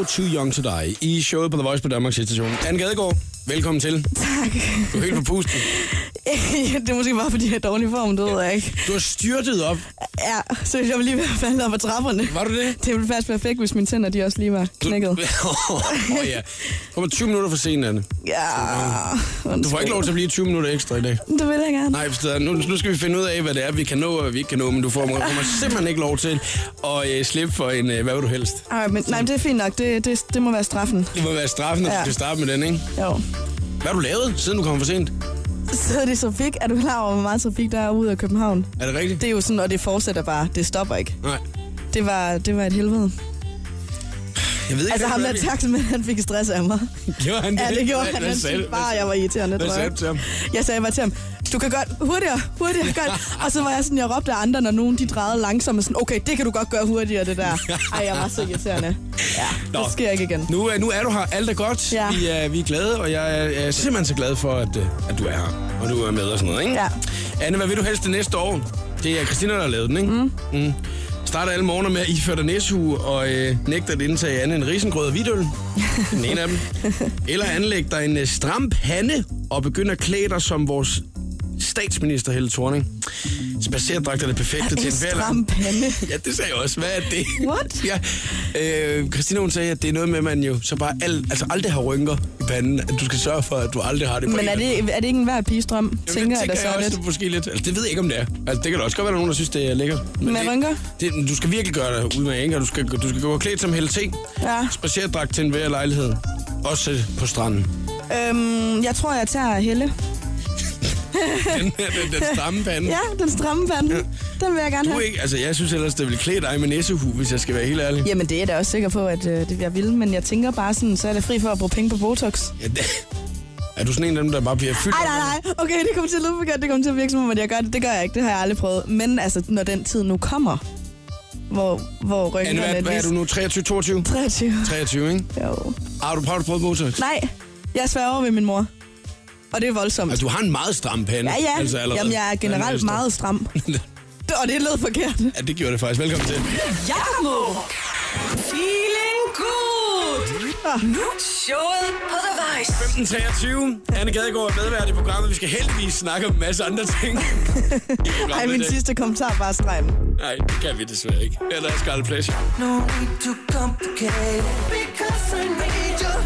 Too Young to Die i showet på The Voice på Danmarks station. Anne Gadegaard, velkommen til. Tak. Du er helt på pusten. Det er måske bare, fordi jeg er dårlig form, det ved jeg ikke. Du har styrtet op. Ja, så jeg var lige ved at falde op ad trapperne. Var du det? Det ville faktisk perfekt, hvis mine tænder de også lige var knækket. Ja. Kommer 20 minutter for sent, Anne. Ja. Du får ikke lov til at blive 20 minutter ekstra i dag. Det vil jeg gerne. Nej, nu skal vi finde ud af, hvad det er, vi kan nå, og hvad vi ikke kan nå, men du kommer simpelthen ikke lov til at slippe for en, hvad vil du helst? Men det er fint nok. Det må være straffen. Det må være straffen, at du skal starte med den, ikke? Jo. Hvad har du lavet, siden du kom for sent? Sidder i trafik. Er du klar over, hvor meget trafik der er ude af København? Er det rigtigt? Det er jo sådan, og det fortsætter bare. Det stopper ikke. Nej. Det var et helvede. Jeg ved ikke, altså ham der taxamand, han fik stress af mig. Gjorde han det? Ja, det gjorde han. Han synes bare, jeg var irriterende, tror jeg. Hvad sagde du til ham? Jeg sagde bare til ham, du kan godt, hurtigere, godt. Og så var jeg sådan, jeg råbte af andre, når nogen de drejede langsomt, og sådan, okay, det kan du godt gøre hurtigere, det der. Ej, jeg var så irriterende. Ja, det sker ikke igen. Nu er du her, alt er godt, ja. Vi er glade, og jeg er simpelthen så glad for, at du er her, og du er med og sådan noget, ikke? Ja. Anne, hvad vil du helst det næste år? Det er Christina, der har lavet den, ikke? Starter alle morgener med at iføre dig næsehue og nægter at indtage andet end risengrød og hvidøl. Den ene af dem. Eller anlæg dig en stram pande og begynder at klæde dig som vores statsminister Helle Thorning. Spacerdragt er det perfekte til en fælder. En stram pande? Ja, det sagde jeg også. Hvad er det? What? Ja. Christina, hun sagde, at det er noget med, at man jo så bare aldrig har rynker i panden. At du skal sørge for, at du aldrig har det på. Men er det ikke en hver pigestrøm? Tænker jeg da så også, lidt. Måske lidt. Altså, det ved jeg ikke, om det er. Altså, det kan da også godt være, nogen, der synes, det er lækkert. Men med rynker? Du skal virkelig gøre det ud med, ikke? Og du skal gå klædt som Helle T. Ja. Spacerdragt til en hver lejlighed. Også på stranden. Jeg tror, jeg tager Helle. den stramme pande. Ja, den stramme pande. Ja. Den vil jeg gerne have. Altså, jeg synes ellers, det vil klæde dig med næsehue, hvis jeg skal være helt ærlig. Jamen, det er jeg da også sikker på, at det jeg vil. Men jeg tænker bare sådan, så er det fri for at bruge penge på Botox. Ja, er du sådan en af dem, der bare bliver fyldt? Nej. Okay, det kommer til at lyde forkert. Det kommer til at virke som om, at jeg gør det. Det gør jeg ikke. Det har jeg aldrig prøvet. Men altså, når den tid nu kommer, hvor rynkerne... Anne, hvad er du nu? 23, 22? 23. 23, ikke? Jo. Har du prøvet Botox? Nej, jeg sværger over ved min mor. Og det er voldsomt. Altså, du har en meget stram pande. Ja. Altså, jamen, jeg er generelt meget stram. Og det lød forkert. Ja, det gjorde det faktisk. Velkommen til. Jakmo. Feeling good. Nu showet på The Voice. 15:23. Anne Gadegaard er medvært i programmet. Vi skal heldigvis snakke om en masse andre ting. Ej, min sidste kommentar bare stregen. Nej, det kan vi desværre ikke. Eller er Scarlet Pleasure. No need to complicate because I need you.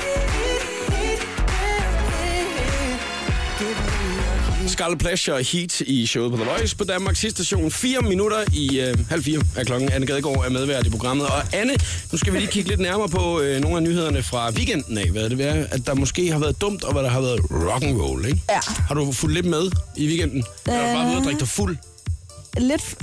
Scarlet Pleasure Heat i showet på The Voice på Danmarks station. 4 minutter i 3:30 er klokken. Anne Gadegaard er medvært i programmet. Og Anne, nu skal vi lige kigge lidt nærmere på nogle af nyhederne fra weekenden af. Hvad det er, at der måske har været dumt, og hvad der har været rock'n'roll, ikke? Ja. Har du fulgt lidt med i weekenden? Eller bare ude og drikke dig fuld? Lidt...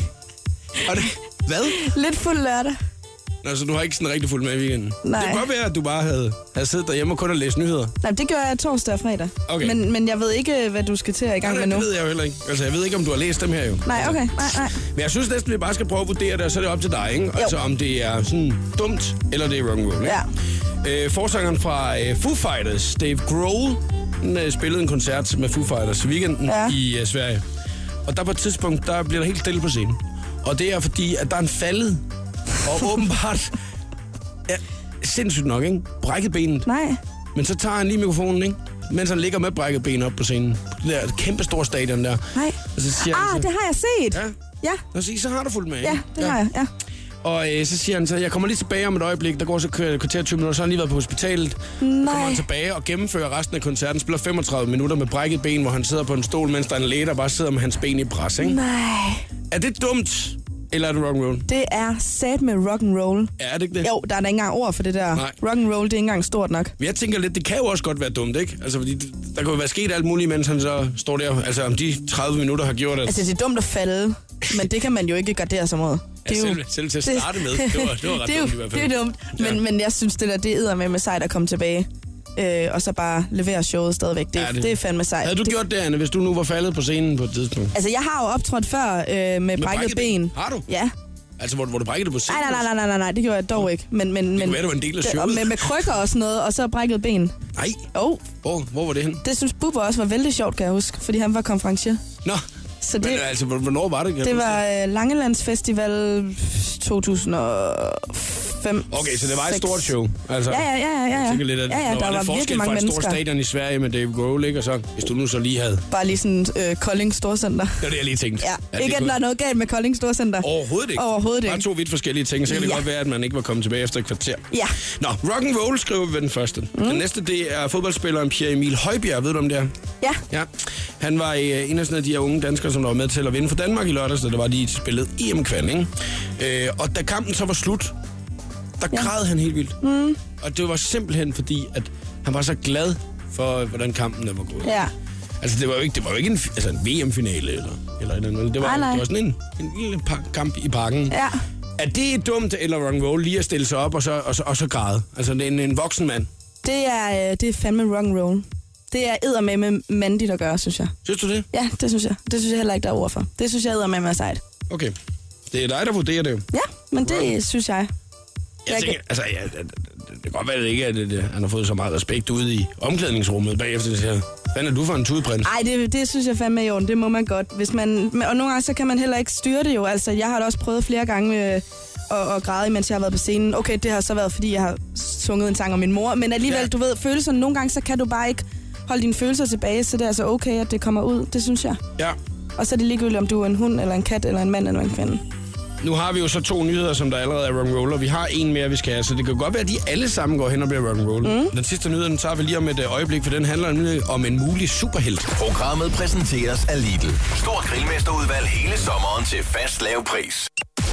Hvad? Lidt fuld lørdag. Altså, du har ikke sådan rigtig fulgt med i weekenden? Nej. Det kan godt være, at du bare havde siddet derhjemme og kun at læse nyheder. Nej, det gør jeg torsdag og fredag. Okay. Men jeg ved ikke, hvad du skal til at i gang med nu. Det ved jeg jo heller ikke. Altså, jeg ved ikke, om du har læst dem her jo. Nej, okay. Nej. Men jeg synes næsten, vi bare skal prøve at vurdere det, og så er det op til dig, ikke? Jo. Altså, om det er sådan dumt, eller det er rock'n'roll, ikke? Ja. Forsangeren fra Foo Fighters, Dave Grohl, spillede en koncert med Foo Fighters i weekenden i Sverige. Og der på et tidspunkt, der bliver der helt stille på scenen. Og det er fordi, at der er en faldet, og åbenbart... Ja, sindssygt nok, ikke? Brækket benet. Nej. Men så tager han lige mikrofonen, ikke? Mens han ligger med brækket ben op på scenen. Det der kæmpe store stadion der. Nej. Og så siger han, det har jeg set. Ja. Og så har du fulgt med, ikke? Ja, det har jeg, ja. Og så siger han så, jeg kommer lige tilbage om et øjeblik. Der går så kvarter 20 minutter, så har han lige været på hospitalet. Nej. Så kommer han tilbage og gennemfører resten af koncerten. Spiller 35 minutter med brækket ben, hvor han sidder på en stol, mens der er en læge, der bare sidder med hans ben i pres, ikke? Nej. Er det dumt? Eller er det rock'n'roll? Det er sat med rock'n'roll. Er det ikke det? Jo, der er da ikke engang ord for det der. Nej. Rock'n'roll, det er ikke engang stort nok. Men jeg tænker lidt, det kan jo også godt være dumt, ikke? Altså, fordi der kan jo være sket alt muligt, mens han så står der. Altså, om de 30 minutter har gjort det. Altså, det er dumt at falde, men det kan man jo ikke gardere sig mod. Det er jo, selv til at starte med. Det var ret dumt i hvert fald. Det er dumt, men jeg synes, det er med sejt at komme tilbage. Og så bare levere showet stadigvæk. Det er fandme sejt. Havde du gjort det, Anne, hvis du nu var faldet på scenen på et tidspunkt? Altså, jeg har jo optrådt før med brækket ben. Har du? Ja. Altså, hvor du brækkede det på scenen? Nej, det gjorde jeg dog ikke. Men, det kunne være, du var en del af showet. Med krykker og sådan noget, og så brækket ben. Nej. Jo. Hvor var det hen? Det synes Bubber også var vældig sjovt, kan jeg huske, fordi han var konferencier. Nå. Så det, men hvornår var det? Det var Langelandsfestival 2015 5. Okay, så det var et 6. stort show. Altså, Ja. Jeg tænker lidt, at Der var virkelig mange fra et mennesker. stort stadion i Sverige med Dave Grohl, ikke? Og så, hvis du nu så lige havde... Bare lige sådan Kolding Storcenter. Det var det, jeg lige tænkte. Ja. Ikke, at der er noget galt med Kolding Storcenter. Overhovedet ikke. Bare ikke. 2 vidt forskellige ting. Så kan det godt være, at man ikke var kommet tilbage efter et kvarter. Ja. Nå, rock'n'roll skriver vi ved den første. Den næste, det er fodboldspilleren Pierre Emil Højbjerg. Ved du om det er? Ja. Han var en af sådan de her unge danskere, som var med til at vinde for Danmark i lørdags, da det var, de spillede EM-kvalning. Og da kampen så var slut, der græd han helt vildt. Og det var simpelthen fordi, at han var så glad for, hvordan kampen var gået. Ja. Altså, det var jo ikke en VM-finale eller noget. Det var sådan en lille kamp i parken. Ja. Er det dumt eller rock'n'roll lige at stille sig op og så græde? Altså, en voksen mand. Det er fandme rock'n'roll. Det er eddermame mandigt at gøre, synes jeg. Synes du det? Ja, det synes jeg. Det synes jeg heller ikke, der er ord for. Det synes jeg eddermame er sejt. Okay. Det er dig, der vurderer det jo. Ja, men det synes jeg. Jeg tænker, altså, det kan godt være, at det ikke er det. Han har fået så meget respekt ude i omklædningsrummet bagefter. Det siger, hvad er du for en tudeprins? Nej, det synes jeg fandme i orden. Det må man godt. Og nogle gange, så kan man heller ikke styre det jo. Altså, jeg har da også prøvet flere gange at græde, mens jeg har været på scenen. Okay, det har så været, fordi jeg har sunget en sang om min mor. Men alligevel, du ved, følelserne, nogle gange, så kan du bare ikke holde dine følelser tilbage. Så det er altså okay, at det kommer ud. Det synes jeg. Ja. Og så er det ligegyldigt, om du er en hund, eller en kat, eller en mand, eller en kvinde. Nu har vi jo så 2 nyheder, som der allerede er rock'n'roll, og vi har en mere, vi skal have, så det kan godt være, at de alle sammen går hen og bliver rock'n'roll. Den sidste nyhed, den tager vi lige om et øjeblik, for den handler om en mulig superhelt. Programmet præsenteres af Lidl. Stort grillmesterudvalg hele sommeren til fast lav pris.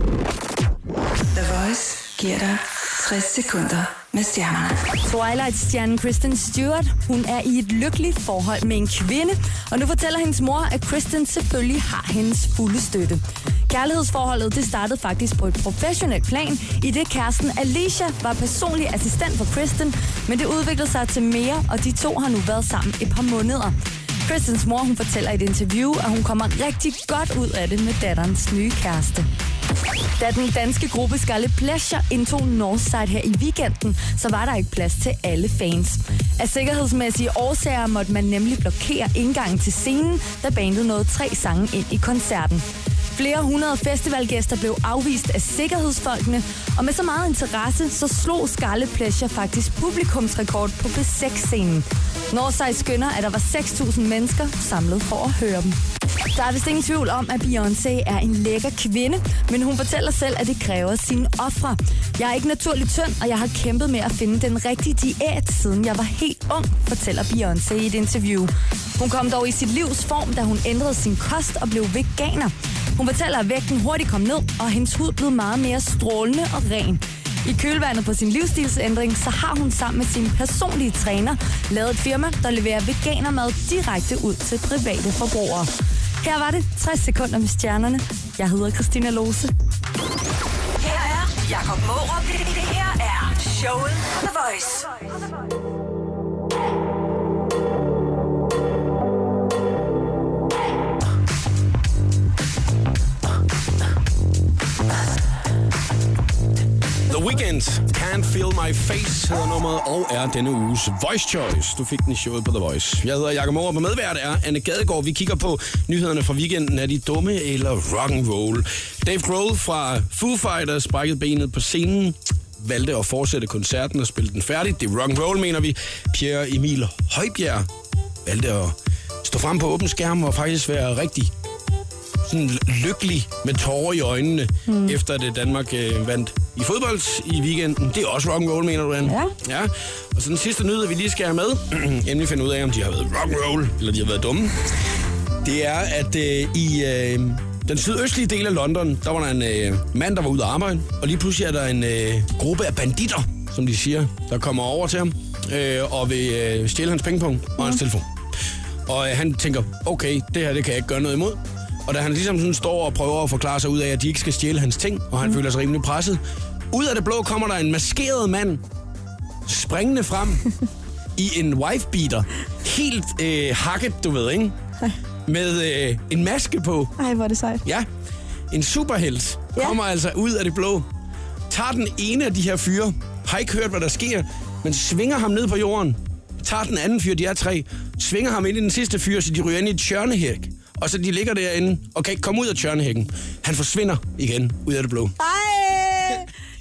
The Voice giver dig 60 sekunder med stjernerne. Twilight-stjernen Kristen Stewart, hun er i et lykkeligt forhold med en kvinde, og nu fortæller hendes mor, at Kristen selvfølgelig har hendes fulde støtte. Kærlighedsforholdet, det startede faktisk på et professionelt plan, i det kæresten Alicia var personlig assistent for Kristen, men det udviklede sig til mere, og de 2 har nu været sammen et par måneder. Kristens mor, hun fortæller i et interview, at hun kommer rigtig godt ud af det med datterens nye kæreste. Da den danske gruppe Scarlet Pleasure indtog Northside her i weekenden, så var der ikke plads til alle fans. Af sikkerhedsmæssige årsager måtte man nemlig blokere indgangen til scenen, da bandet nåede 3 sange ind i koncerten. Flere hundrede festivalgæster blev afvist af sikkerhedsfolkene, og med så meget interesse, så slog Scarlet Pleasure faktisk publikumsrekord på B6-scenen. Northside skønner, at der var 6.000 mennesker samlet for at høre dem. Der er vist ingen tvivl om, at Beyoncé er en lækker kvinde, men hun fortæller selv, at det kræver sine ofre. Jeg er ikke naturligt tynd, og jeg har kæmpet med at finde den rigtige diæt, siden jeg var helt ung, fortæller Beyoncé i et interview. Hun kom dog i sit livs form, da hun ændrede sin kost og blev veganer. Hun fortæller, at vægten hurtigt kom ned, og hendes hud blev meget mere strålende og ren. I kølvandet på sin livsstilsændring, så har hun sammen med sin personlige træner lavet et firma, der leverer veganermad direkte ud til private forbrugere. Her var det 60 sekunder med stjernerne. Jeg hedder Christina Lose. Her er Jakob Mårup. Det her er showet The Voice. The Weeknd, Can't Feel My Face hedder nummeret, og er denne uges Voice Choice. Du fik den i showet på The Voice. Jeg hedder Jakob Mårup, og medvært er Anne Gadegaard. Vi kigger på nyhederne fra weekenden. Er de dumme eller rock'n'roll? Dave Grohl fra Foo Fighters brækkede benet på scenen, valgte at fortsætte koncerten og spille den færdig. Det er rock'n'roll, mener vi. Pierre Emil Højbjerg valgte at stå frem på åben skærm og faktisk være rigtig sådan lykkelig med tårer i øjnene, efter det Danmark vandt i fodbold i weekenden. Det er også rock'n'roll, mener du, Anne? Ja. Og så den sidste nyhed, vi lige skal have med, inden vi finder ud af, om de har været rock'n'roll, eller de har været dumme, det er, at i den sydøstlige del af London, der var der en mand, der var ude at arbejde, og lige pludselig er der en gruppe af banditter, som de siger, der kommer over til ham, og vil stjæle hans pengepunkt og hans telefon. Og han tænker, okay, det her det kan jeg ikke gøre noget imod. Og da han ligesom sådan står og prøver at forklare sig ud af, at de ikke skal stjæle hans ting, og han føler sig rimelig presset, ud af det blå kommer der en maskeret mand springende frem i en wifebeater. Helt hakket, du ved, ikke? Med en maske på. Ej, hvor er det sejt. Ja, en superhelt kommer altså ud af det blå, tager den ene af de her fyre, har ikke hørt, hvad der sker, men svinger ham ned på jorden, tager den anden fyr, de er 3, svinger ham ind i den sidste fyr, så de ryger ind i et tjørnehæk. Og så de ligger derinde og kan ikke komme ud af tjørnehækken. Han forsvinder igen ud af det blå. Ej!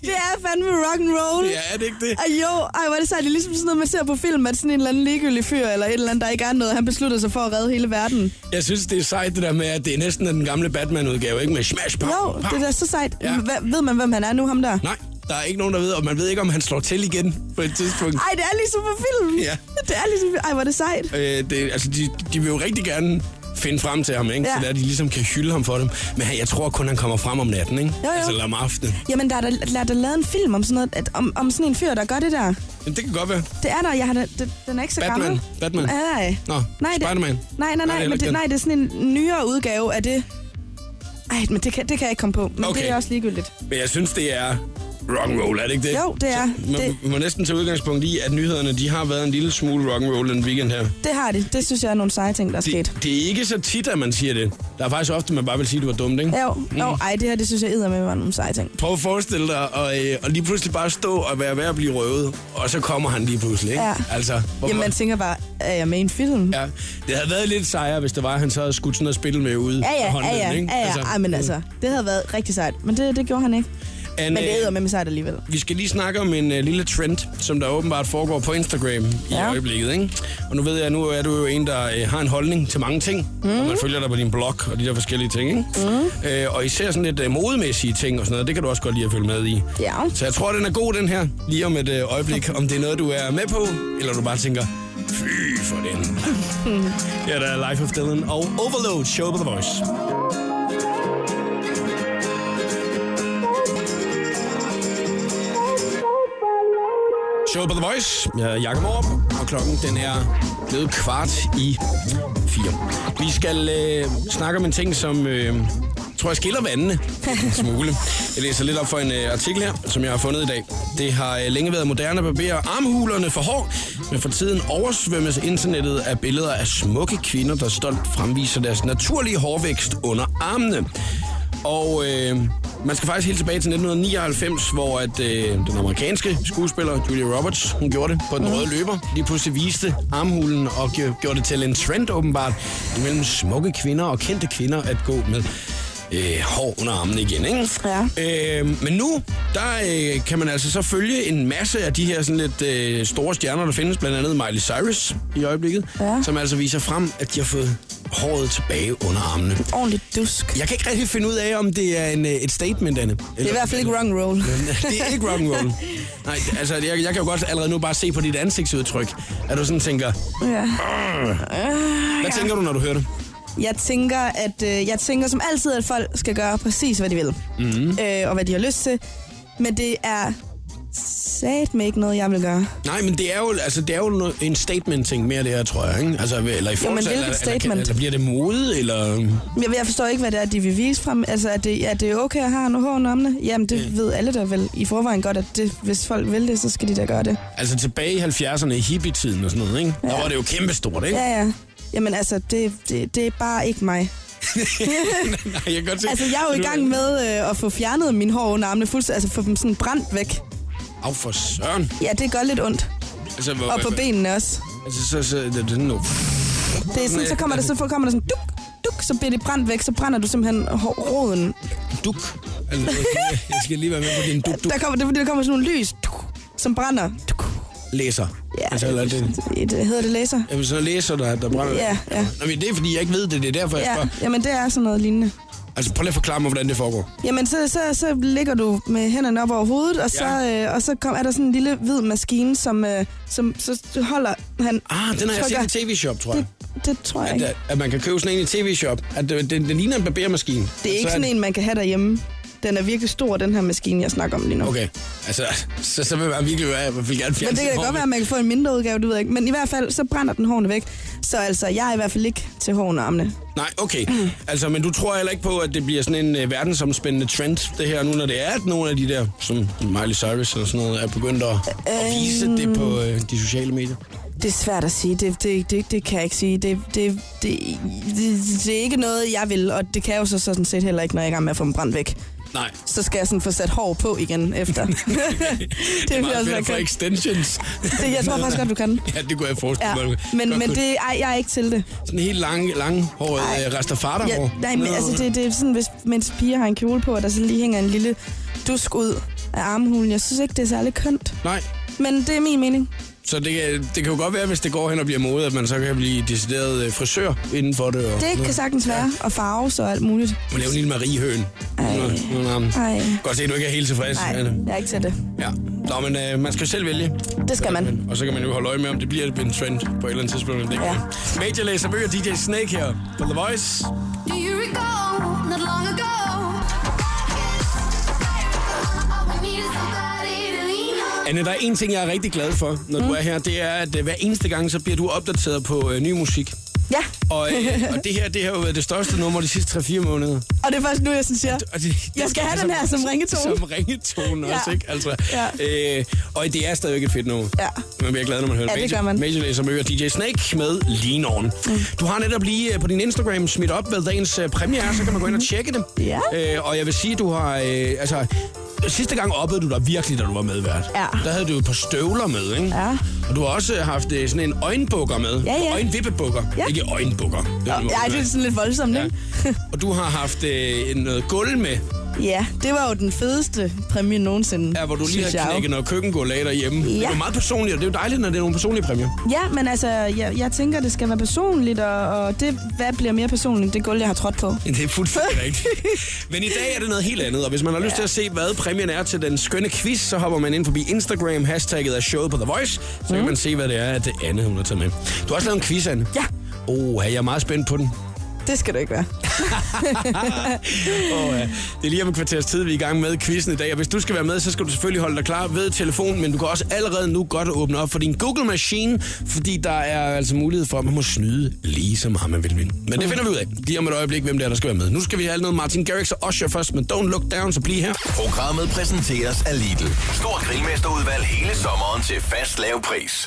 Det er fandme rock'n'roll. Ja, er det ikke det? Jo, hvor er det sejt. Det er ligesom sådan noget, man ser på film, at sådan en eller anden ligegyldig fyr, eller et eller andet, der ikke er noget, han beslutter sig for at redde hele verden. Jeg synes, det er sejt, det der med, at det er næsten den gamle Batman-udgave, ikke? Med smash, pow, Jo, pow. det er da så sejt. Ja. Ved man, hvem han er nu, ham der? Nej, der er ikke nogen, der ved, og man ved ikke, om han slår til igen på et tidspunkt. Ej, det er ligesom på film. Ja. Det er ligesom... Ej, hvor er det sejt. De vil jo rigtig gerne finde frem til ham, ikke? Ja. Så der de ligesom kan hylde ham for dem. Men jeg tror kun, han kommer frem om natten, ikke? Jo. Altså eller om aftenen. Jamen, der er der lavet en film om sådan noget, om sådan en fyr, der gør det der. Jamen, det kan godt være. Det er der. Jeg har den er ikke så gammel. Batman. Nej. Nå, Spider-Man. Nej, det er sådan en nyere udgave af det. Ej, men det kan jeg ikke komme på. Men Okay. det er også ligegyldigt. Men jeg synes, det er rock'n'roll, er det ikke det? Jo, det er. Man må næsten tage udgangspunkt i, at nyhederne, de har været en lille smule rock'n'roll den weekend her. Det har de. Det synes jeg er nogle seje ting, der er sket. Det er ikke så tit, at man siger det. Der er faktisk ofte, man bare vil sige, at du var dumt, ikke? Jo, det her, det synes jeg eddermed var nogle seje ting. Prøv at forestille dig, og lige pludselig bare stå og være ved at blive røvet, og så kommer han lige pludselig, ikke? Ja. Altså, Jamen, man tænker bare, er jeg med i en film? Ja, det havde været lidt sejere, hvis det var, at han så havde skudt sådan noget spil med ude af håndleden, ikke? Ej, men altså, det havde været rigtig sejt. Men det gjorde han ikke. Men det æder med sejt alligevel. Vi skal lige snakke om en lille trend, som der åbenbart foregår på Instagram i øjeblikket, ikke? Og nu ved jeg, nu er du jo en, der har en holdning til mange ting, og man følger dig på din blog og de der forskellige ting, ikke? Og især sådan lidt modemæssige ting og sådan noget, det kan du også godt lide at følge med i. Ja. Så jeg tror, den er god, den her, lige om et øjeblik, om det er noget, du er med på, eller du bare tænker, fy for den. Ja, der er Life of Dylan og Overload, Show på The Voice. Show på The Voice. Jeg er Jakob Morup, og klokken den er blevet 4:15. Vi skal snakke om en ting, som tror jeg skiller vandene en smule. Jeg læser lidt op for en artikel her, som jeg har fundet i dag. Det har længe været moderne at barbere armhulerne for hår, men for tiden oversvømmes internettet af billeder af smukke kvinder, der stolt fremviser deres naturlige hårvækst under armene. Og man skal faktisk helt tilbage til 1999, hvor at, den amerikanske skuespiller Julia Roberts, hun gjorde det på den røde løber. De pludselig viste armhulen og gjorde det til en trend åbenbart mellem smukke kvinder og kendte kvinder at gå med hår under armene igen, ikke? Ja. Men nu, der kan man altså så følge en masse af de her sådan lidt store stjerner, der findes, blandt andet Miley Cyrus i øjeblikket, som altså viser frem, at de har fået håret tilbage under armene. Ordentligt dusk. Jeg kan ikke rigtig finde ud af, om det er et statement, Anne. Det er i hvert fald ikke rock'n'roll. Det er ikke rock'n'roll. Nej, altså, jeg kan jo godt allerede nu bare se på dit ansigtsudtryk, at du sådan tænker... Ja. Hvad tænker du, når du hører det? Jeg tænker som altid, at folk skal gøre præcis, hvad de vil. Og hvad de har lyst til. Men det er satme ikke noget, jeg vil gøre. Nej, men det er jo en statement-ting mere det her, tror jeg, ikke? Altså, eller i forhold til, hvilket statement? Eller bliver det mode, eller... Jeg forstår ikke, hvad det er, de vil vise frem. Altså, er det okay at have noget hår under armene? Jamen, det ved alle der vel i forvejen godt, at hvis folk vil det, så skal de da gøre det. Altså, tilbage i 70'erne, i hippie-tiden og sådan noget, ikke? Der var det jo kæmpestort, ikke? Ja. Jamen, altså, det er bare ikke mig. Nej, jeg kan godt se. Altså, jeg er jo i gang med at få fjernet mine hår under armene fuldstændig, altså få dem sådan brændt væk. Af for søren. Ja, det gør lidt ondt. Altså, Og på benene også. Altså, så det er nu. Det er sådan, så kommer der sådan duk, så bliver det brændt væk, så brænder du simpelthen roden. Duk. Altså, jeg skal lige være med på din duk. Der kommer sådan nogle lys, som brænder. Læser. Ja, altså, eller det hedder det laser. Jamen, så læser der brænder. Ja. Nå, men det er, fordi jeg ikke ved det. Det er derfor, jeg spørger. Jamen, det er sådan noget lignende. Altså, prøv lige at forklare mig, hvordan det foregår. Jamen, så ligger du med hænderne op over hovedet, og så er der sådan en lille hvid maskine, som så holder han... Den har jeg set i tv-shop, tror jeg. Det tror jeg ikke. At man kan købe sådan en i tv-shop. At det ligner en barbermaskine. Det er ikke sådan en, man kan have derhjemme. Den er virkelig stor, den her maskine, jeg snakker om lige nu. Okay, altså, så vil man virkelig gerne fjerne. Men det kan godt være, at man kan få en mindre udgave, du ved ikke. Men i hvert fald, så brænder den hårene væk. Så altså, jeg er i hvert fald ikke til hårene og armene. Nej, okay. Altså, men du tror heller ikke på, at det bliver sådan en verdensomspændende trend, det her nu, når det er, at nogle af de der, som Miley Cyrus eller sådan noget, er begyndt at vise det på de sociale medier? Det er svært at sige. Det kan jeg ikke sige. Det er ikke noget, jeg vil, og det kan jeg jo så sådan set heller ikke, når jeg er i gang med at få dem brændt væk. Nej. Så skal jeg sådan få sat hår på igen efter. det er meget fedt for extensions. Jeg tror faktisk godt, du kan. Ja, det kunne jeg forestille mig. Men jeg er ikke til det. Sådan en helt lang håret rastafari-hår. Nej, men altså det er sådan, hvis piger har en kjole på, og der så lige hænger en lille dusk ud, af armhulen. Jeg synes ikke, det er særlig kønt. Nej. Men det er min mening. Så det kan jo godt være, hvis det går hen og bliver mode, at man så kan blive decideret frisør inden for det. Og Det kan sagtens være. Og farve og alt muligt. må lave en lille Marie-høen. Ej. Godt se, at du ikke er helt tilfreds. Nej, jeg er ikke til det. Ja. Nå, men man skal selv vælge. Det skal man. Og så kan man jo holde øje med, om det bliver en trend på et eller andet tidspunkt. Det Ja. Major Lazer og DJ Snake her på The Voice. Do you recall not long ago? All we need is somebody to lean on. Anne, der er en ting, jeg er rigtig glad for, når du er her. Det er, at hver eneste gang, så bliver du opdateret på ny musik. Ja, Og det her har jo været det største nummer de sidste 3-4 måneder. og det er først nu, jeg sådan siger, Og det jeg skal have den her som ringetone. Som ringetone også, Ja. ikke? Altså, Ja. og det er stadigvæk et fedt nummer. Ja. Man bliver glad, når man hører Ja, det gør man. Major Lazer og DJ Snake med Lean On. Du har netop lige på din Instagram smidt op, hvad dagens premiere er, så kan man gå ind og tjekke det. Ja. Og jeg vil sige, du har... sidste gang oppede du dig virkelig, da du var medvært. Ja. Der havde du et par støvler med, ikke? Ja. Og du har også haft sådan en øjenbukker med. Ja. Øjenvippebukker. Ja. Ikke øjenbukker. Ja, det er sådan lidt voldsomt, ikke? Og du har haft noget gulv med, Ja, det var jo den fedeste præmie nogensinde. hvor du lige synes har jeg jo. knækket noget køkkengulv af derhjemme. Ja. Det er jo meget personligt, og det er jo dejligt, når det er nogle personlige præmier. Ja, men altså, jeg tænker, det skal være personligt, og det, hvad bliver mere personligt, det gulv, jeg har trådt på. Det er fuldstændig rigtigt. Men i dag er det noget helt andet, og hvis man har lyst til at se, hvad præmien er til den skønne quiz, så hopper man ind forbi Instagram, hashtagget af showet på The Voice, så kan man se, hvad det er, at det Anne, hun har taget med. Du har også lavet en quiz, Anne. Ja. Jeg er meget spændt på den. Det skal du ikke være. Det er lige om et kvarters tid, vi er i gang med quizzen i dag, og hvis du skal være med, så skal du selvfølgelig holde dig klar ved telefonen, men du kan også allerede nu godt åbne op for din Google-maskine, fordi der er altså mulighed for, at man må snyde lige så meget, man vil vinde. Men det finder vi ud af lige om et øjeblik, hvem det er, der skal være med. Nu skal vi have noget Martin Garrix og Usher først, men Don't Look Down, så bliv her. Programmet præsenteres af Lidl. Stort grillmesterudvalg hele sommeren til fast lav pris.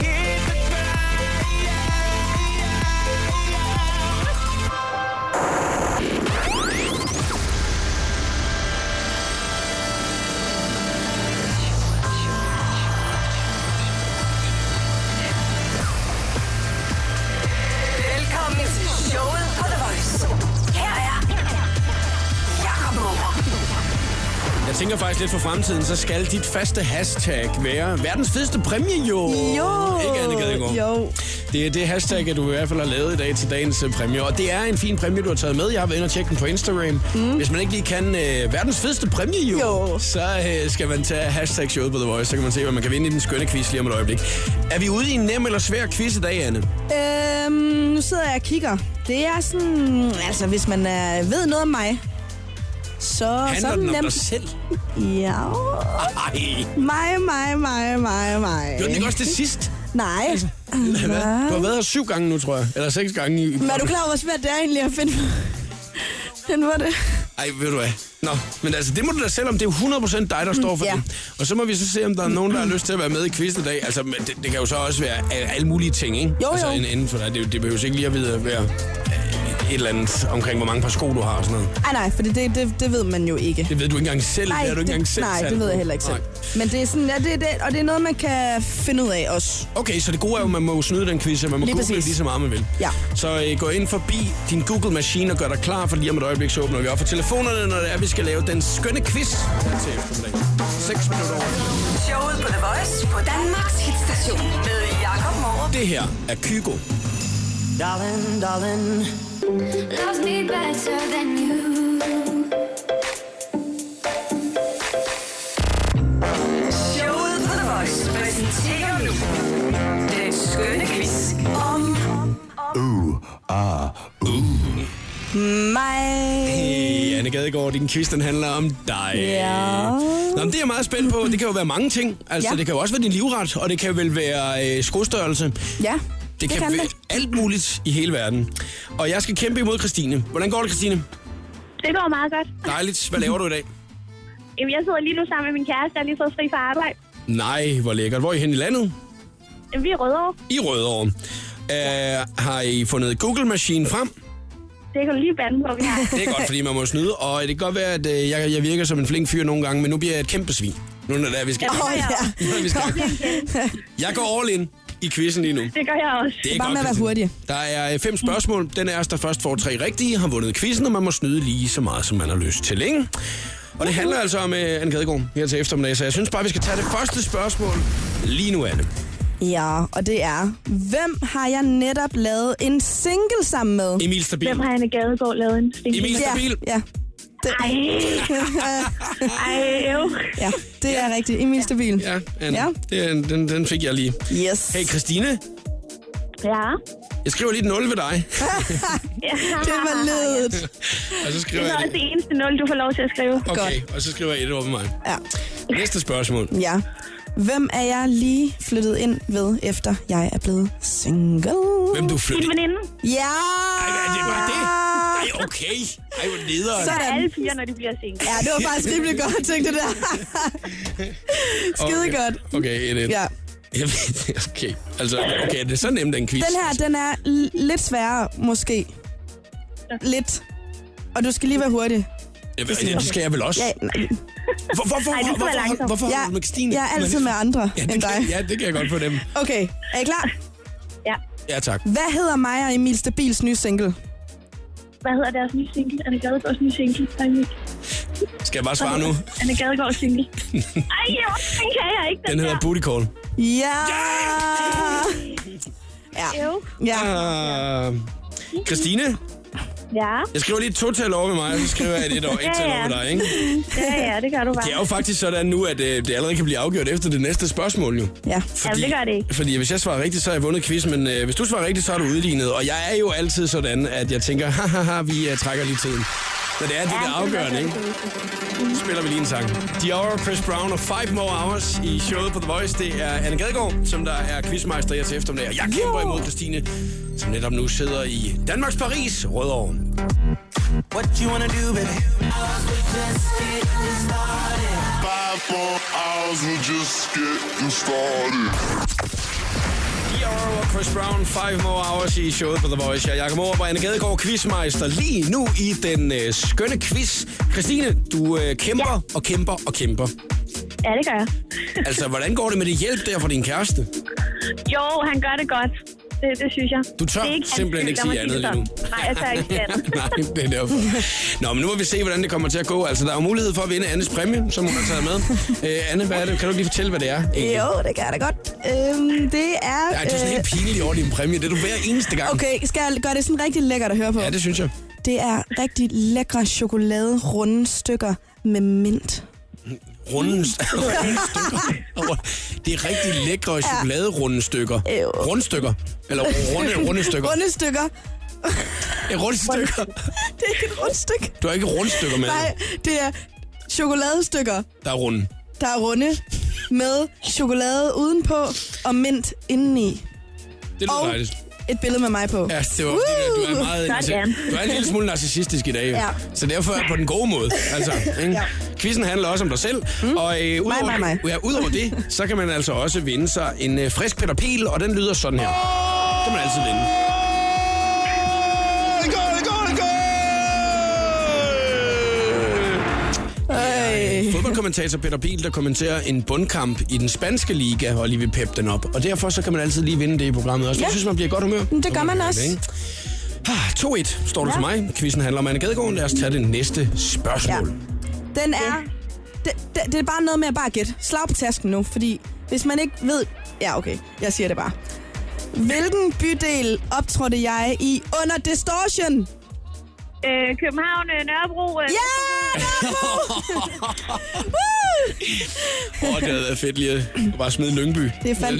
Velkommen til showet på The Voice. Her er Jakob Morup. Jeg tænker faktisk lidt for fremtiden, så skal dit faste hashtag være verdens fedeste præmie, jo. Jo. Ikke, Anne Gadegaard? Jo. Det er det hashtag, du i hvert fald har lavet i dag til dagens præmie. Og det er en fin præmie, du har taget med. Jeg har været inde og tjekke den på Instagram. Hvis man ikke lige kan verdens fedeste præmie, jo. Så skal man tage hashtag showet på The Voice. Så kan man se, hvad man kan vinde i den skønne quiz lige om et øjeblik. Er vi ude i en nem eller svær quiz i dag, Anne? Nu sidder jeg og kigger. Det er sådan, altså hvis man ved noget om mig, så Handler er den om nemt. dig selv? Ja. Ej. Mig. Gjorde den ikke også det sidst? Nej. Du har været her 7 gange nu, tror jeg. Eller 6 gange i... Men er du klar over, hvor svært det er egentlig at finde på det? Ej, ved du hvad? Nå, men altså, det må du da selv om. Det er jo 100% dig, der står for ja. det. Og så må vi så se, om der er nogen, der har lyst til at være med i quizzen i dag. Altså, men det kan jo så også være alle mulige ting, ikke? Jo. Altså, inden for dig. Det behøver ikke lige at være et eller andet omkring, hvor mange par sko du har og sådan noget. Nej, for det ved man jo ikke. Det ved du ikke engang selv. Nej, det er du ikke engang selv nej, selv det ved jeg på. heller ikke selv. Nej. Men det er sådan, og det er noget, man kan finde ud af også. Okay, så det gode er jo, at man må snyde den quiz, og man må Lige google præcis. lige så meget, man vil. Ja. Så gå ind forbi din Google-maskine og gør dig klar, for lige om et øjeblik, så åbner vi op for telefonerne, når det er, vi skal lave den skønne quiz til eftermiddag. 6 minutter over. Showet på The Voice på Danmarks hitstation med Jakob Morup. Det her er Kygo. Darling. Love me better than you. Showet på The Voice præsenterer nu den skønne quiz om... Mig. Hey, Anne Gadegaard, din quiz, den handler om dig. Ja. Nå, men det er jeg meget spændt på. Det kan jo være mange ting. Altså, Ja. det kan jo også være din livret, og det kan vel være skostørrelse. Ja, Det kan være det. alt muligt i hele verden. Og jeg skal kæmpe imod Christine. Hvordan går det, Christine? Det går meget godt. Dejligt. Hvad laver du i dag? Jamen, jeg sidder lige nu sammen med min kæreste, jeg har lige fået fri fra arbejde. Nej, hvor lækkert. Hvor er I hen i landet? Jamen, vi er Rødovre. I Rødovre. Har I fundet Google-maskinen frem? Det kan du lige bande på, vi har. Det er godt, fordi man må snyde. Og det kan godt være, at jeg virker som en flink fyr nogle gange, men nu bliver jeg et kæmpe svin. Nu når det er, vi skal... vi skal. Jeg går all in i quizzen lige nu. Det gør jeg også. Det er Bare godt, med at være Christine. hurtig. Der er 5 spørgsmål. Den af os, der først får 3 rigtige, har vundet quizzen, og man må snyde lige så meget, som man har lyst til, ikke? Og det handler altså om Anne Gadegaard her til eftermiddag, så jeg synes bare, vi skal tage det første spørgsmål lige nu, Anne. Ja, og det er, hvem har jeg netop lavet en single sammen med? Emil Stabil. Hvem har Anne Gadegaard lavet en single? Emil Stabil. Ja. Ej, jo. Ja, det er rigtigt. Emil Stabil. Ja, Anne. Ja. Den fik jeg lige. Yes. Hey, Christine. Ja. Jeg skriver lige et 0 ved dig. Det var ledet. Og så skriver Det er jeg også det eneste 0, du får lov til at skrive. Okay, og så skriver jeg et over med mig. Ja. Næste spørgsmål. Ja. Hvem er jeg lige flyttet ind ved, efter jeg er blevet single? Hvem du flyttede? Din veninde. Ja! Ej, det var det? Ej, okay. Ej, hvor nederen. Så er alle piger, når de bliver single. Ja, det var faktisk rimelig godt tænkt, det der. Skide godt. Okay, 1-1. Ja. Jeg ved det, okay. Altså, okay, det er så nemt, den quiz. Den her, den er lidt sværere, måske. Lidt. Og du skal lige være hurtig. Det skal jeg vel også. Ja, Hvorfor har du med Christine? Jeg er altid med andre end dig. Ja, det kan jeg godt få dem. Okay, er I klar? Ja. Ja, tak. Hvad hedder mig og Emil Stabils nye single? Hvad hedder deres nye single? Anne Gadegaards nye single. Skal jeg bare svare nu? Anne Gadegaards single. Ej, jo, den kan jeg ikke. Den hedder Booty Call. Ja! Jo. Ja. Christine? Ja. Jeg skriver lige et total over med mig, og så skriver jeg et år, ikke tal over med dig, ikke? Ja, det gør du bare. Det er jo faktisk sådan nu, at det allerede kan blive afgjort efter det næste spørgsmål, jo. Ja. Fordi, det gør det ikke. Fordi hvis jeg svarer rigtigt, så har jeg vundet quiz, men hvis du svarer rigtigt, så er du udlignet. Og jeg er jo altid sådan, at jeg tænker, haha, vi trækker lige tiden. Så det er det der afgørende, ikke? Så spiller vi lige en sang. Dior, Chris Brown og 5 More Hours i showet på The Voice. Det er Anne Gadegaard, som der er quizmeister her til eftermiddag. Og jeg kæmper imod Christine, som netop nu sidder i Danmarks Paris, Rødovre. What you wanna do, baby? 5 more hours, we're just getting started. Dior og Chris Brown, 5 More Hours i showet på The Voice. Jeg er Jakob Morup og Anne Gadegaard, quizmeister lige nu i den skønne quiz. Christine, du kæmper og kæmper og kæmper. Ja, det gør jeg. Altså, hvordan går det med det hjælp der fra din kæreste? Jo, han gør det godt. Det synes jeg. Du tør simpelthen ikke sige andet lige nu. Nej, jeg tør ikke sige andet. Nej, det er derfor. Nå, men nu må vi se, hvordan det kommer til at gå. Altså, der er jo mulighed for at vinde Annes præmie, som hun har taget med. Anne, hvad er det? Kan du lige fortælle, hvad det er? Egentlig? Jo, det kan jeg da godt. Det er... Ej, du er sådan helt pinlig over din præmie. Det er du hver eneste gang. Okay, skal jeg gøre det sådan rigtig lækkert at høre på? Ja, det synes jeg. Det er rigtig lækre chokolade runde stykker med mint. Runde stykker. Det er rigtig lækre chokoladerunde stykker. Rundstykker. Eller runde stykker. Runde stykker. Rundstykker. Det er ikke et rundstykke. Du har ikke rundstykker med. Nej, det er chokoladestykker, Der er runde. der er runde med chokolade udenpå og mint indeni. Det lyder Og dejligt. et billede med mig på. Ja, det var fordi, du er meget... Sådan. Du er en lille smule narcissistisk i dag, jo. Ja. Så derfor er på den gode måde. Altså, ikke? Ja. Quizzen handler også om dig selv. Og udover, mig. Ja, udover det, så kan man altså også vinde sig en frisk Peter Pil, og den lyder sådan her. Det kan man altid vinde. Fodboldkommentator Peter Pil, der kommenterer en bundkamp i den spanske liga, og lige vil peppe den op. Og derfor så kan man altid lige vinde det i programmet også. Jeg synes, man bliver godt humør. Det gør man også. 2-1 står det til mig. Quizzen handler om Anne Gadegaard. Lad os tage det næste spørgsmål. Ja. Den er... Det er bare noget med at bare gætte. Slag på tasken nu, fordi hvis man ikke ved... Ja, okay. Jeg siger det bare. Hvilken bydel optrådte jeg i under Distortion? København, Nørrebro. Ja, Nørrebro! Det havde været fedt lige at bare smide Lyngby. Det er fandme...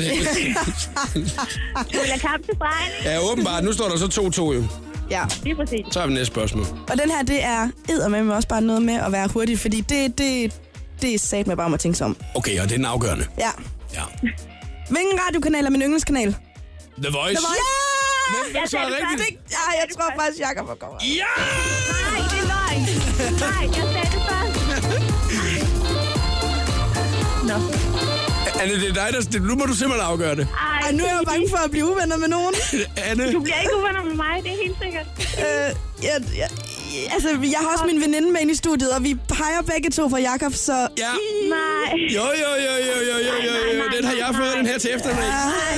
Du vil have kamp til stregen, ikke? Ja, åbenbart. Nu står der så 2-2 jo. Ja. Lige præcis. Så har vi næste spørgsmål. Og den her, det er eddermame også bare noget med at være hurtig, fordi det er sat med bare om at tænke sig om. Okay, og det er den afgørende. Ja. Ja. Hvilken radiokanal er min yndlingskanal? The Voice. Ja! Hvem svarer rigtigt? Jeg tror faktisk, Jakob var kommer. Ja! Nej, det er løgn. Nej, jeg sagde det først. Nå. Anne, det er dig, der... Nu må du simpelthen afgøre det. Ej, nu er jeg jo bange for at blive uvenner med nogen. Anne. Du bliver ikke uvenner med mig, det er helt sikkert. Jeg har også min veninde med ind i studiet, og vi peger begge to for Jakob, så... Ja. Nej. Jo. Den har jeg fået, den her til eftermiddag.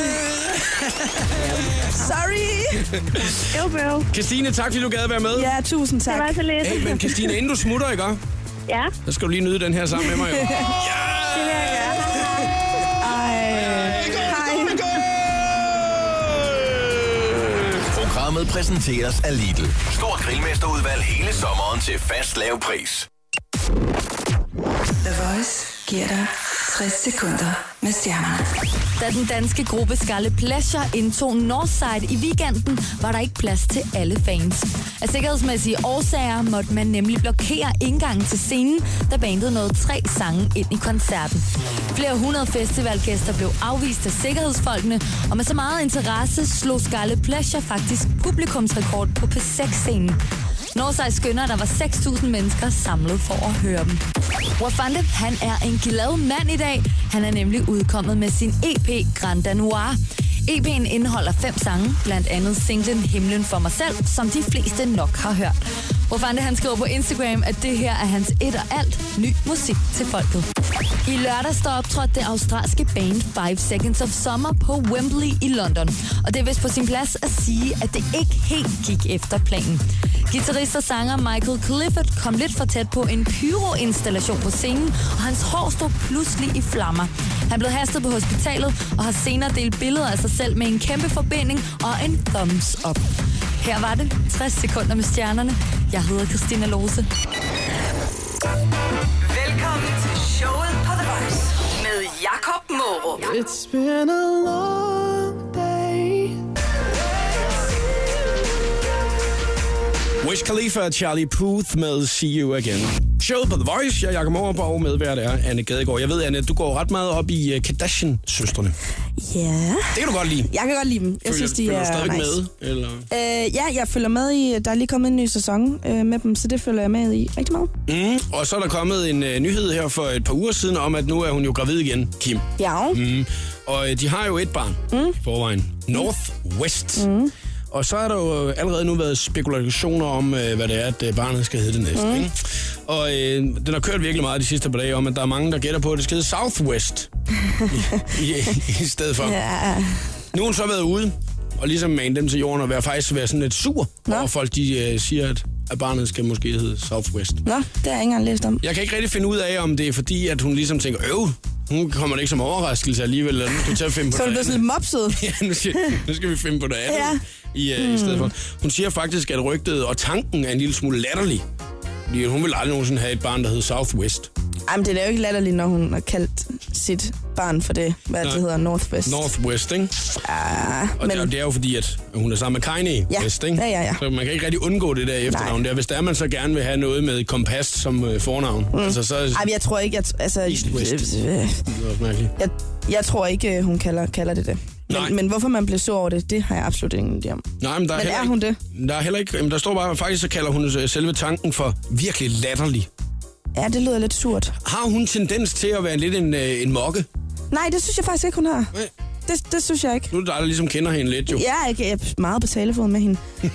Sorry. Jo, bro. Christine, tak fordi du gad at være med. Ja, tusind tak. Det var så lidt. Hey, men Christine, inden du smutter, ikke? Ja. Så skal du lige nyde den her sammen med mig. Jo. Det vil jeg gerne. Programmet præsenteres af Lidl. Stort grillmesterudvalg hele sommeren til fast lav pris. The Voice giver dig 60 sekunder med stjernerne. Da den danske gruppe Scarlet Pleasure indtog Northside i weekenden, var der ikke plads til alle fans. Af sikkerhedsmæssige årsager måtte man nemlig blokere indgangen til scenen, da bandet nåede 3 sange ind i koncerten. Flere 100 festivalgæster blev afvist af sikkerhedsfolkene, og med så meget interesse slog Scarlet Pleasure faktisk publikumsrekord på P6-scenen. Northside skønner, der var 6.000 mennesker samlet for at høre dem. Wafande, han er en glad mand i dag. Han er nemlig udkommet med sin EP Grand Danoir. EP'en indeholder 5 sange, blandt andet singlen Himlen for mig selv, som de fleste nok har hørt. Wafande, han skriver på Instagram, at det her er hans et og alt ny musik til folket. I lørdags der optrådte det australske band 5 Seconds of Summer på Wembley i London. Og det er vist på sin plads at sige, at det ikke helt gik efter planen. Guitarist og sanger Michael Clifford kom lidt for tæt på en pyroinstallation på scenen, og hans hår stod pludselig i flammer. Han blev hastet på hospitalet og har senere delt billeder af sig selv med en kæmpe forbinding og en thumbs up. Her var det 60 sekunder med stjernerne. Jeg hedder Christina Lose. Velkommen til showet på The Voice med Jakob Morup. It's been a long day. Wiz Khalifa og Charlie Puth med See You Again. Showet på The Voice. Jeg er Jakob Morup, og medvært er Anne Gadegaard. Jeg ved, Anne, du går ret meget op i Kardashian-søstrene. Ja. Det kan du godt lide. Jeg kan godt lide dem. Jeg synes, de følger er du stadig nice. med? Eller? Ja, jeg følger med i... Der er lige kommet en ny sæson med dem, så det følger jeg med i rigtig meget. Og så er der kommet en nyhed her for et par uger siden om, at nu er hun jo gravid igen, Kim. Ja. Og de har jo et barn i forvejen. Northwest. Og så er der jo allerede nu været spekulationer om, hvad det er, at barnet skal hedde det næste. Ikke? Og den har kørt virkelig meget de sidste par dage om, at der er mange, der gætter på, at det skal hedde Southwest i stedet for. Ja. Nu har hun så været ude og ligesom mane dem til jorden og faktisk være sådan lidt sur, hvor folk de siger, at barnet skal måske hedde Southwest. Nå, det har jeg ikke engang læst om. Jeg kan ikke rigtig finde ud af, om det er fordi, at hun ligesom tænker, nu kommer det ikke som overraskelse alligevel, eller nu skal vi til at finde på så noget andet. Så er du blevet sådan lidt mopset. Ja, nu skal vi finde på noget andet i stedet for. Hun siger faktisk, at rygtet og tanken er en lille smule latterlig. Fordi hun vil aldrig nogensinde have et barn, der hedder Southwest. Jamen, det er jo ikke latterligt, når hun har kaldt sit barn for det, hvad det hedder, Northwest. Northwest, ikke? Ja, og det er jo fordi, at hun er sammen med Kanye West, ikke? Ja. Så man kan ikke rigtig undgå det der efternavn der. Hvis der man så gerne vil have noget med kompas som fornavn. Altså, så... Ej, jeg tror ikke, East West. Det er også mærkeligt. Jeg tror ikke, hun kalder det det. Men hvorfor man bliver sur over det har jeg absolut ingen idé om. Nej, men er hun det? Der er heller ikke... Der står bare, faktisk så kalder hun selve tanken for virkelig latterlig. Ja, det lyder lidt surt. Har hun tendens til at være lidt en mokke? Nej, det synes jeg faktisk ikke, hun har. Det synes jeg ikke. Nu er det dig, der ligesom kender hende lidt, jo. Ja, jeg er meget på talefod med hende.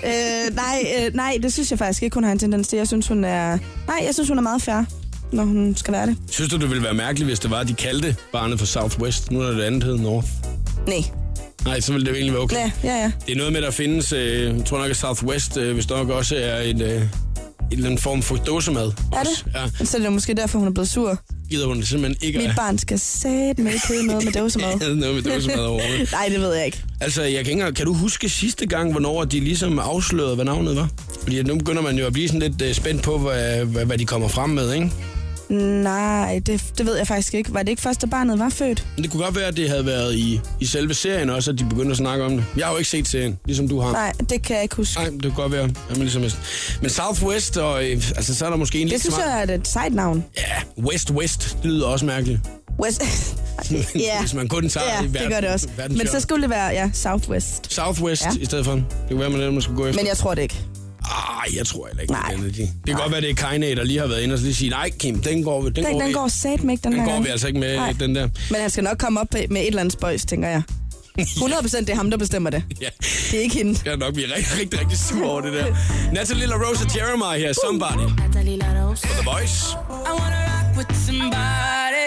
Nej, det synes jeg faktisk ikke, hun har en tendens til. Jeg synes, hun er meget fair, når hun skal være det. Synes du, det ville være mærkeligt, hvis det var, at de kaldte barnet for Southwest? Nu er det andet hed North. Nej, så ville det jo egentlig være okay. Ja. Det er noget med, der findes, jeg tror nok, at Southwest, hvis der nok også er en eller anden form for dåsemad. Er det? Ja. Så er det måske derfor, hun er blevet sur. Gider hun det simpelthen ikke? Mit barn skal satme ikke hedde noget med dåsemad. Noget med dåsemad overhovedet. Nej, det ved jeg ikke. Altså, kan du huske sidste gang, hvornår de ligesom afslørede, hvad navnet var? Fordi nu begynder man jo at blive sådan lidt spændt på, hvad de kommer frem med, ikke? Nej, det ved jeg faktisk ikke. Var det ikke først, da barnet var født? Det kunne godt være, at det havde været i selve serien også, at de begyndte at snakke om det. Jeg har jo ikke set serien, ligesom du har. Nej, det kan jeg ikke huske. Nej, det kunne godt være. Men Southwest, og altså, så er der måske en lidt smart... Det synes jeg er et sejt navn. Ja, West, det lyder også mærkeligt. West... Ja. Hvis man kun tager det gør det også. Men så skulle det være, Southwest. Southwest i stedet for. Det kunne være, man skulle gå efter. Men jeg tror det ikke. Jeg tror heller ikke. Det kan godt være, det er Kanye, der lige har været inde og lige sige, nej Kim, den går satme ikke, den går vi altså ikke med, den der. Men han skal nok komme op med et eller andet spøjs, tænker jeg. 100% det er ham, der bestemmer det. Ja. Det er ikke hende. Jeg er nok blive rigtig sur over det der. Natalie La Rose og Jeremiah her, Somebody. Natalie La Rose. For The Voice. I wanna rock with somebody.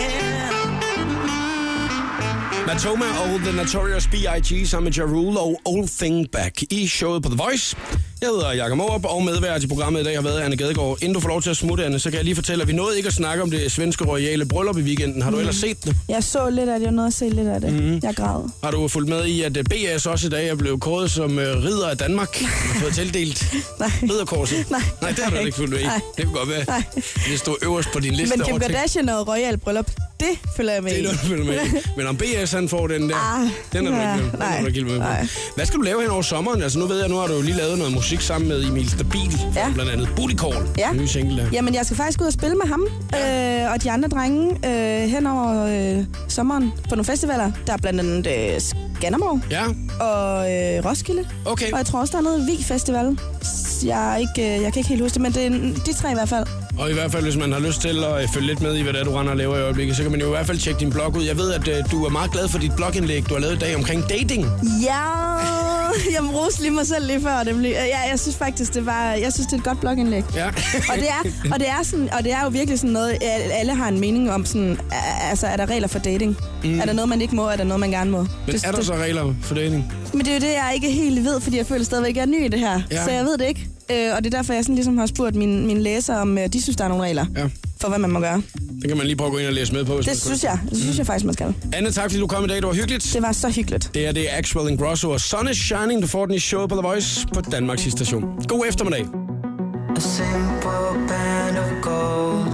Matoma og The Notorious B.I.G. sammen med Ja Rule og Old Thing Back i showet på The Voice. Jeg hedder Jakob Mårup, og medvært i programmet i dag har været Anne Gadegaard. Inden du får lov til at smutte, Anne, så kan jeg lige fortælle, at vi nåede ikke at snakke om det svenske royale bryllup i weekenden. Har du ellers set det? Jeg så lidt af det, jeg nåede at se lidt af det. Jeg græd. Har du fulgt med i, at BS også i dag er blevet kåret som ridder af Danmark? Du har fået tildelt ridderkorset. Nej, det har du ikke fulgt med i. Det kunne godt være. Nej. Det stod øverst på din liste. Men Kim Kardashian og royal bryllup, det følger jeg med i. Det er noget, du følger med i. Men om BS han får den der, den er du ikke med på. Hvad skal du lave hen over sommeren? Altså nu ved jeg, nu har du jo lige lavet noget musik sammen med Emil Stabil. Ja. Blandt andet Booty Call. Ja. Nye single der. Jamen, jeg skal faktisk ud og spille med ham og de andre drenge hen over sommeren på nogle festivaler. Der er blandt andet Skanderborg og Roskilde. Okay. Og jeg tror også, der er noget Vig Festival. Jeg kan ikke helt huske det, men det er de tre i hvert fald. Og i hvert fald, hvis man har lyst til at følge lidt med i, hvad det er, du render og laver i øjeblikket, så kan man jo i hvert fald tjekke din blog ud. Jeg ved, at du er meget glad for dit blogindlæg, du har lavet i dag omkring dating. Ja, jeg roste lige mig selv lige før. Jeg synes faktisk, det er et godt blogindlæg. Ja. og det er jo virkelig sådan noget, alle har en mening om sådan, altså er der regler for dating? Er der noget, man ikke må? Er der noget, man gerne må? Men er der så regler for dating? Men det er jo det, jeg ikke helt ved, fordi jeg føler stadigvæk, jeg er ny i det her. Ja. Så jeg ved det ikke. Og det er derfor, jeg sådan ligesom har spurgt mine læsere, om de synes, der er nogle regler for, hvad man må gøre. Det kan man lige prøve at gå ind og læse med på. Det synes jeg faktisk, man skal. Anne, tak fordi du kom i dag. Det var hyggeligt. Det var så hyggeligt. Det er Axwell and Grosso og Sun is Shining. Du får den i showet på The Voice på Danmarks station. God eftermiddag. A simple band of gold.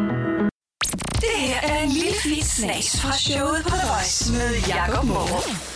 Det her er en lille fis snas fra showet på The Voice med Jakob Mårup.